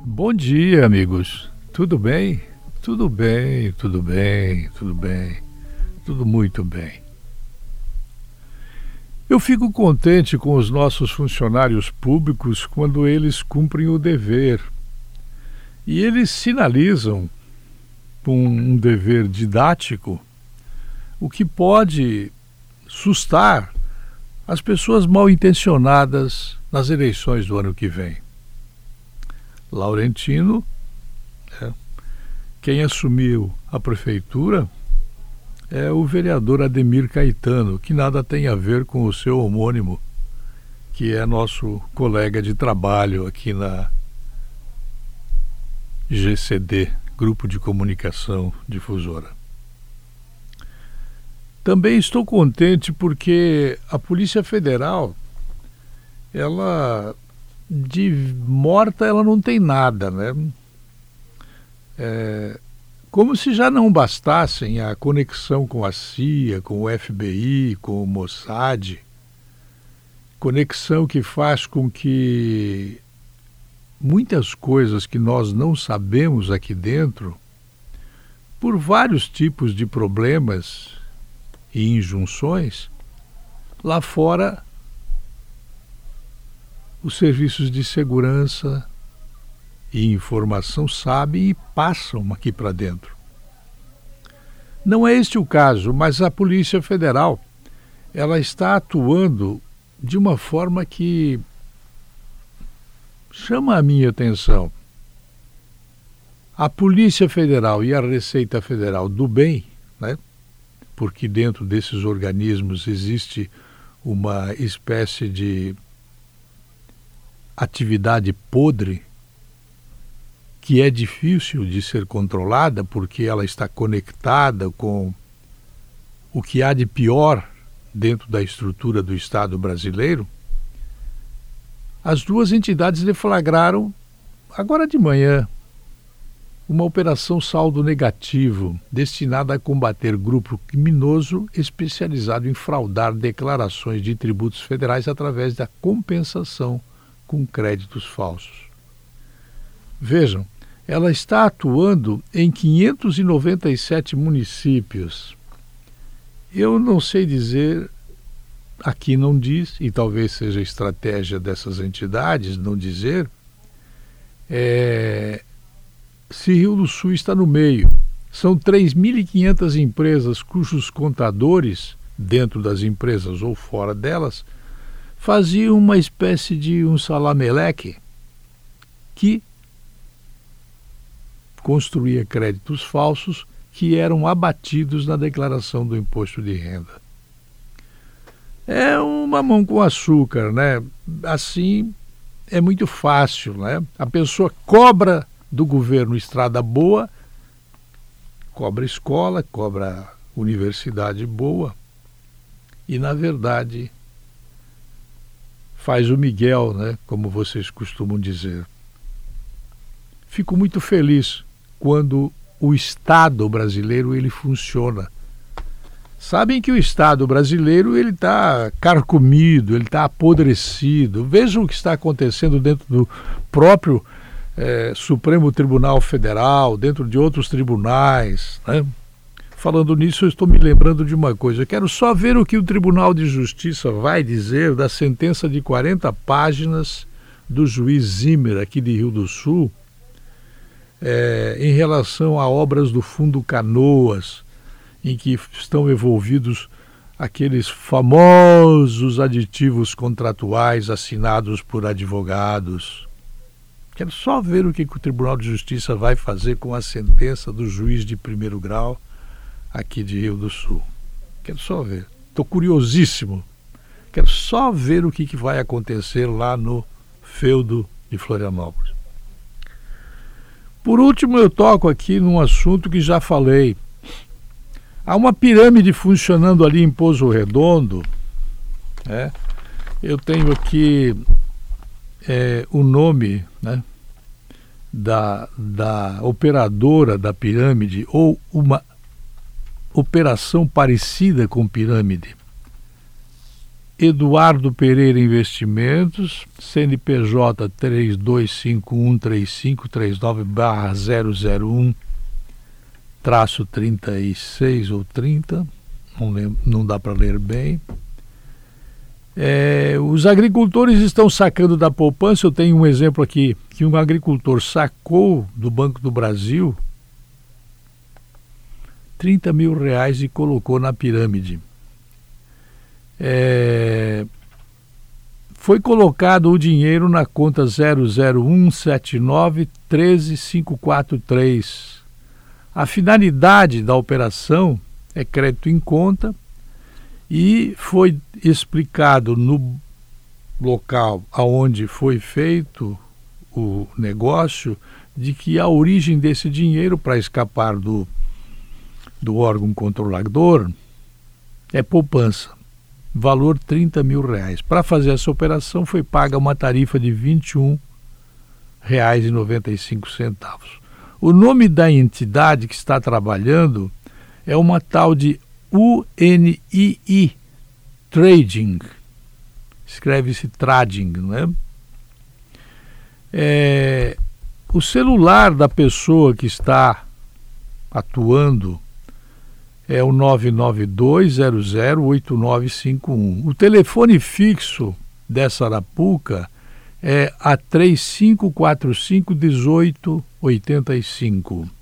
Bom dia, amigos. Tudo bem? Tudo bem, tudo bem, tudo bem. Tudo muito bem. Eu fico contente com os nossos funcionários públicos quando eles cumprem o dever. E eles sinalizam, com um dever didático, o que pode sustar as pessoas mal intencionadas nas eleições do ano que vem. Laurentino, quem assumiu a prefeitura é o vereador Ademir Caetano, que nada tem a ver com o seu homônimo, que é nosso colega de trabalho aqui na GCD, Grupo de Comunicação Difusora. Também estou contente porque a Polícia Federal, ela de morta ela não tem nada, né? Como se já não bastassem a conexão com a CIA, com o FBI, com o Mossad, conexão que faz com que muitas coisas que nós não sabemos aqui dentro, por vários tipos de problemas e injunções, lá fora os serviços de segurança e informação sabem e passam aqui para dentro. Não é este o caso, mas a Polícia Federal, ela está atuando de uma forma que chama a minha atenção. A Polícia Federal e a Receita Federal do bem, né? Porque dentro desses organismos existe uma espécie de atividade podre que é difícil de ser controlada porque ela está conectada com o que há de pior dentro da estrutura do Estado brasileiro. As duas entidades deflagraram, agora de manhã, uma operação saldo negativo destinada a combater grupo criminoso especializado em fraudar declarações de tributos federais através da compensação com créditos falsos. Vejam, ela está atuando em 597 municípios. Eu não sei dizer, aqui não diz, e talvez seja a estratégia dessas entidades não dizer, se Rio do Sul está no meio. São 3.500 empresas cujos contadores, dentro das empresas ou fora delas, faziam uma espécie de um salameleque que construía créditos falsos que eram abatidos na declaração do imposto de renda. É um mamão com açúcar, né? Assim é muito fácil, né? A pessoa cobra do governo estrada boa, cobra escola, cobra universidade boa e, na verdade, faz o Miguel, né? Como vocês costumam dizer. Fico muito feliz quando o Estado brasileiro ele funciona. Sabem que o Estado brasileiro ele está carcomido, ele está apodrecido. Vejam o que está acontecendo dentro do próprio Supremo Tribunal Federal, dentro de outros tribunais, né? Falando nisso, eu estou me lembrando de uma coisa. Eu quero só ver o que o Tribunal de Justiça vai dizer da sentença de 40 páginas do juiz Zimmer, aqui de Rio do Sul, em relação a obras do Fundo Canoas, em que estão envolvidos aqueles famosos aditivos contratuais assinados por advogados. Quero só ver o que o Tribunal de Justiça vai fazer com a sentença do juiz de primeiro grau aqui de Rio do Sul. Quero só ver. Estou curiosíssimo. Quero só ver o que vai acontecer lá no feudo de Florianópolis. Por último, eu toco aqui num assunto que já falei. Há uma pirâmide funcionando ali em Pozo Redondo. Eu tenho aqui o nome, né, da operadora da pirâmide, ou uma operação parecida com pirâmide. Eduardo Pereira Investimentos, CNPJ 32513539/001-36 ou 30, não lembro, não dá para ler bem. Os agricultores estão sacando da poupança. Eu tenho um exemplo aqui, que um agricultor sacou do Banco do Brasil R$30 mil e colocou na pirâmide. Foi colocado o dinheiro na conta 00179135543. A finalidade da operação é crédito em conta e foi explicado no local aonde foi feito o negócio de que a origem desse dinheiro, para escapar do órgão controlador, é poupança. Valor R$30 mil. Para fazer essa operação foi paga uma tarifa de R$21,95. O nome da entidade que está trabalhando é uma tal de UNII Trading. Escreve-se Trading, não é? O celular da pessoa que está atuando é o 992008951. O telefone fixo dessa arapuca é a 3545-1885.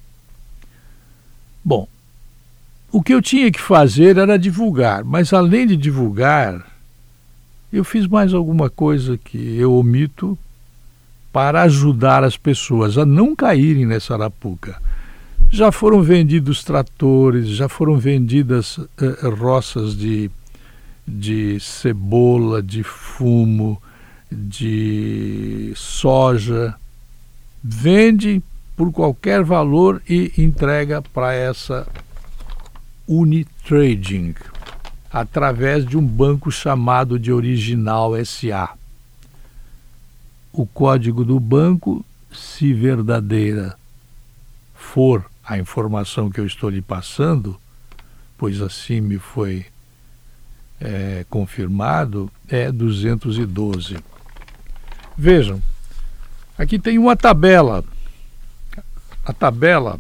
Bom, o que eu tinha que fazer era divulgar, mas além de divulgar, eu fiz mais alguma coisa que eu omito para ajudar as pessoas a não caírem nessa arapuca. Já foram vendidos tratores, já foram vendidas roças de cebola, de fumo, de soja. Vende por qualquer valor e entrega para essa Unitrading, através de um banco chamado de Original SA. O código do banco, se verdadeira for a informação que eu estou lhe passando, pois assim me foi confirmado, é 212. Vejam, aqui tem uma tabela. A tabela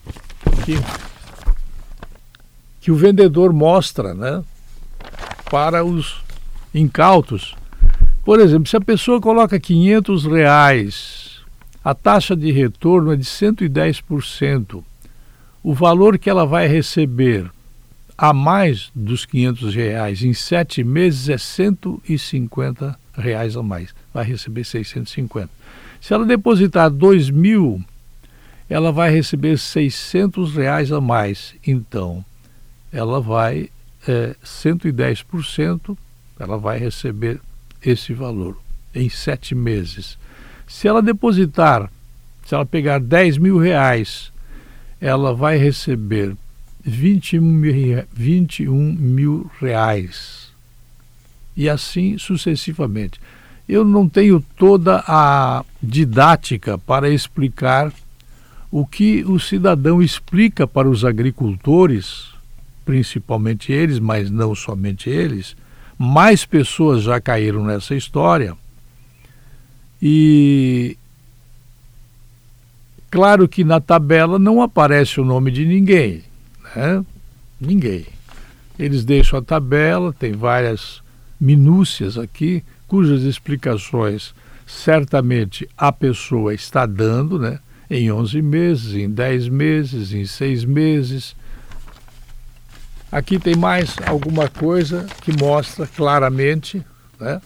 que o vendedor mostra, né, para os incautos. Por exemplo, se a pessoa coloca R$500, a taxa de retorno é de 110%. O valor que ela vai receber a mais dos R$500 em 7 meses é R$150 a mais. Vai receber 650. Se ela depositar 2.000, ela vai receber R$600 a mais. Então, ela vai 110%, ela vai receber esse valor em 7 meses. Se ela pegar R$10 mil, ela vai receber R$21 mil. E assim sucessivamente. Eu não tenho toda a didática para explicar o que o cidadão explica para os agricultores, principalmente eles, mas não somente eles. Mais pessoas já caíram nessa história. E claro que na tabela não aparece o nome de ninguém, né? Ninguém. Eles deixam a tabela, tem várias minúcias aqui, cujas explicações certamente a pessoa está dando, né? Em 11 meses, em 10 meses, em 6 meses. Aqui tem mais alguma coisa que mostra claramente, né?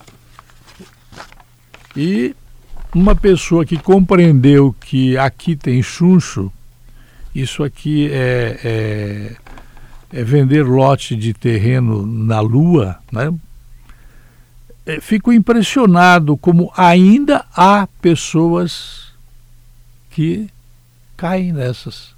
E uma pessoa que compreendeu que aqui tem chuncho, isso aqui é vender lote de terreno na Lua, né? Fico impressionado como ainda há pessoas que caem nessas.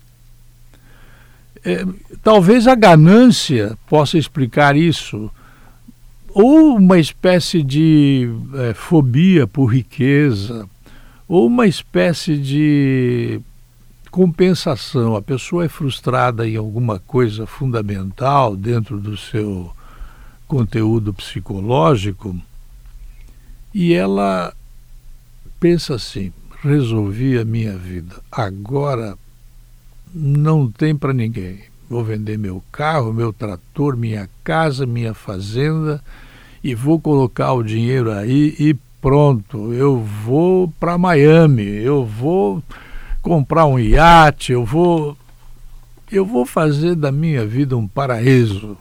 Talvez a ganância possa explicar isso, ou uma espécie de fobia por riqueza, ou uma espécie de compensação. A pessoa é frustrada em alguma coisa fundamental dentro do seu conteúdo psicológico, e ela pensa assim: resolvi a minha vida, agora não tem para ninguém. Vou vender meu carro, meu trator, minha casa, minha fazenda e vou colocar o dinheiro aí e pronto, eu vou para Miami, eu vou comprar um iate, eu vou fazer da minha vida um paraíso.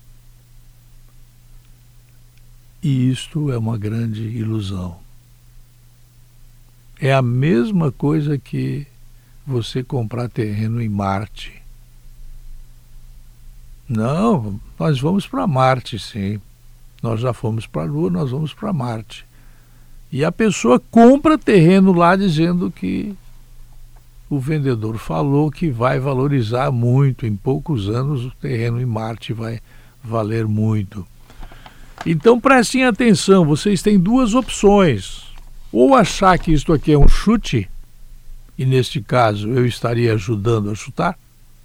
E isto é uma grande ilusão. É a mesma coisa que você comprar terreno em Marte. Não, nós vamos para Marte, sim. Nós já fomos para a Lua, nós vamos para Marte. E a pessoa compra terreno lá dizendo que o vendedor falou que vai valorizar muito. Em poucos anos o terreno em Marte vai valer muito. Então prestem atenção, vocês têm duas opções. Ou achar que isto aqui é um chute, e neste caso eu estaria ajudando a chutar,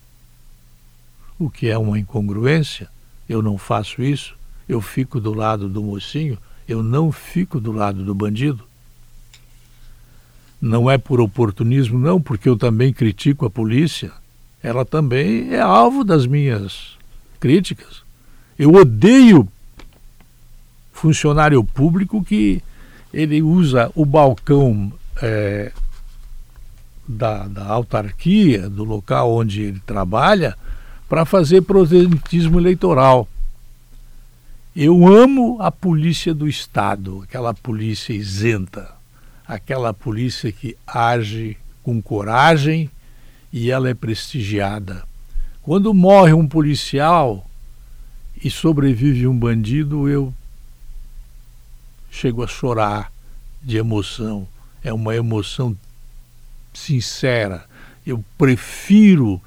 o que é uma incongruência. Eu não faço isso, eu fico do lado do mocinho, eu não fico do lado do bandido. Não é por oportunismo, não, porque eu também critico a polícia. Ela também é alvo das minhas críticas. Eu odeio funcionário público que ele usa o balcão da autarquia, do local onde ele trabalha, para fazer proselitismo eleitoral. Eu amo a polícia do Estado, aquela polícia isenta, aquela polícia que age com coragem e ela é prestigiada. Quando morre um policial e sobrevive um bandido, eu chego a chorar de emoção. É uma emoção sincera. Eu prefiro,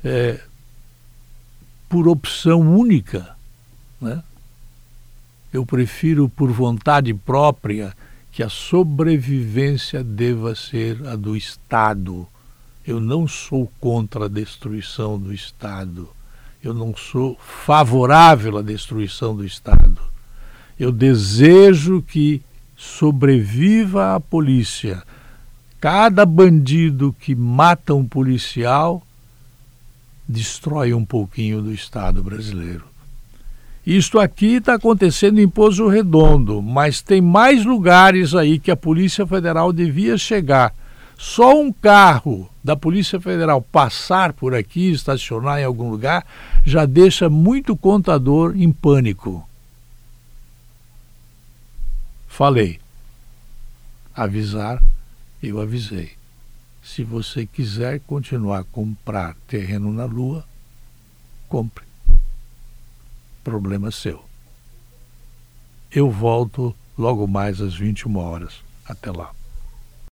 por opção única, né? Eu prefiro por vontade própria que a sobrevivência deva ser a do Estado. Eu não sou contra a destruição do Estado. Eu não sou favorável à destruição do Estado. Eu desejo que sobreviva a polícia. Cada bandido que mata um policial destrói um pouquinho do Estado brasileiro. Isto aqui está acontecendo em Poço Redondo, mas tem mais lugares aí que a Polícia Federal devia chegar. Só um carro da Polícia Federal passar por aqui, estacionar em algum lugar, já deixa muito contador em pânico. Falei. Avisar, eu avisei. Se você quiser continuar a comprar terreno na Lua, compre. Problema seu. Eu volto logo mais às 21 horas. Até lá.